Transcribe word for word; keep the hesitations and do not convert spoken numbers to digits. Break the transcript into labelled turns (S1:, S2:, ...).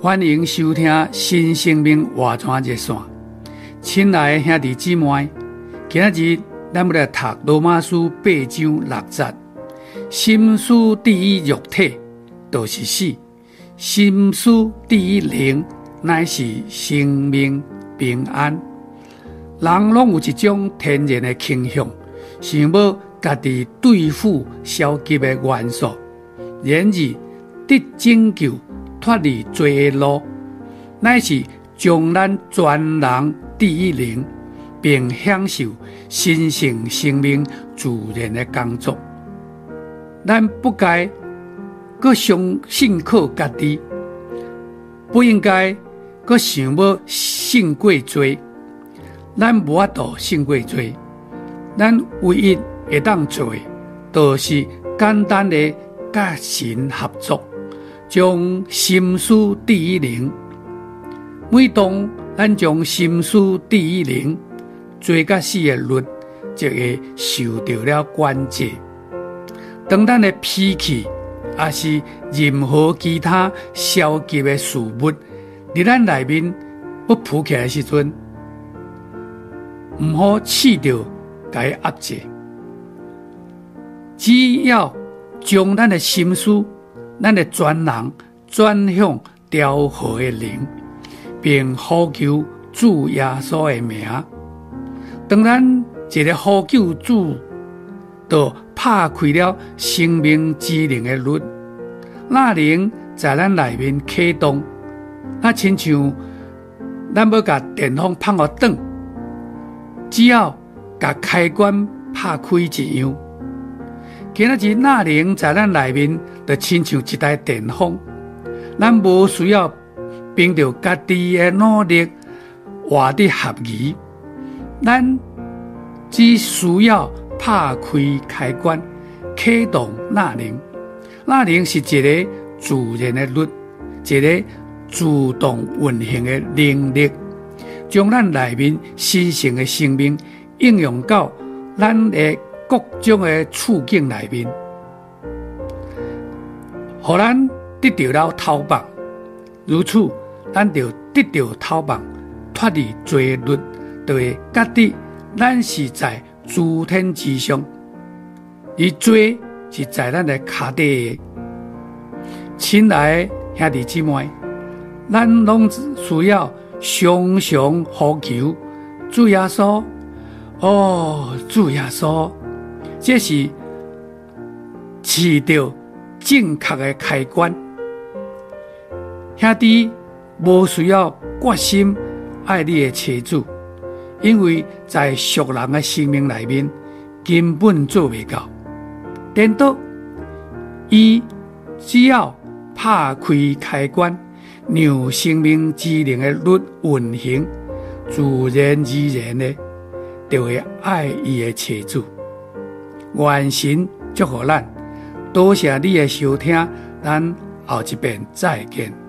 S1: 欢迎收听新生命活泉热线。亲爱的兄弟姊妹，今日咱要来读罗马书八章六节。心思第一肉体，就是死；心思第一灵，乃是生命平安。人拢有一种天然的倾向，想要家己对付消极的元素，然而得拯救脱离罪的路，乃是将咱全人第一灵，并享受神圣生命自然的工作。咱不该搁相信靠家己，不应该搁想要胜过罪。咱无法度胜过罪，咱唯一会当做的，就是简单的甲神合作，将心思第一灵。每当咱将心思第一灵，罪甲死的律就会受到了管制。当咱的脾气，也是任何其他消极的事物，伫咱内面要浮起来的时阵，唔好试着甲伊压制。只要将咱的心思、咱的全人转向调和的灵，并呼求主耶稣的名。当咱一个呼求主，就拍开了生命之灵的律，那灵在咱内面启动，那亲像咱要甲电风放互转，只要甲开关拍开一样。今仔日那灵在咱内面，就亲像一台电风，咱无需要凭着家己的努力活得合宜，咱只需要拍开开关，启动那灵。那灵是一个自然的律，一个自动运行的能力，将咱内面神圣的生命应用到咱的各种的处境内面，互咱得到了透放。如此，咱就得到透放，脱离罪律，就会觉得咱是在诸天之上，而罪是在咱的脚底的。亲爱的兄弟姊妹，咱拢需要常常呼求主耶稣，哦，主耶稣，这是试到正确的开关。兄弟，无需要决心爱你的妻子，因为在俗人的生命里面根本做不到。颠倒，伊只要拍开开关，让生命之灵的律运行，自然而然的就会爱伊的妻子。愿神祝福咱，多谢你的收听，咱后一遍再见。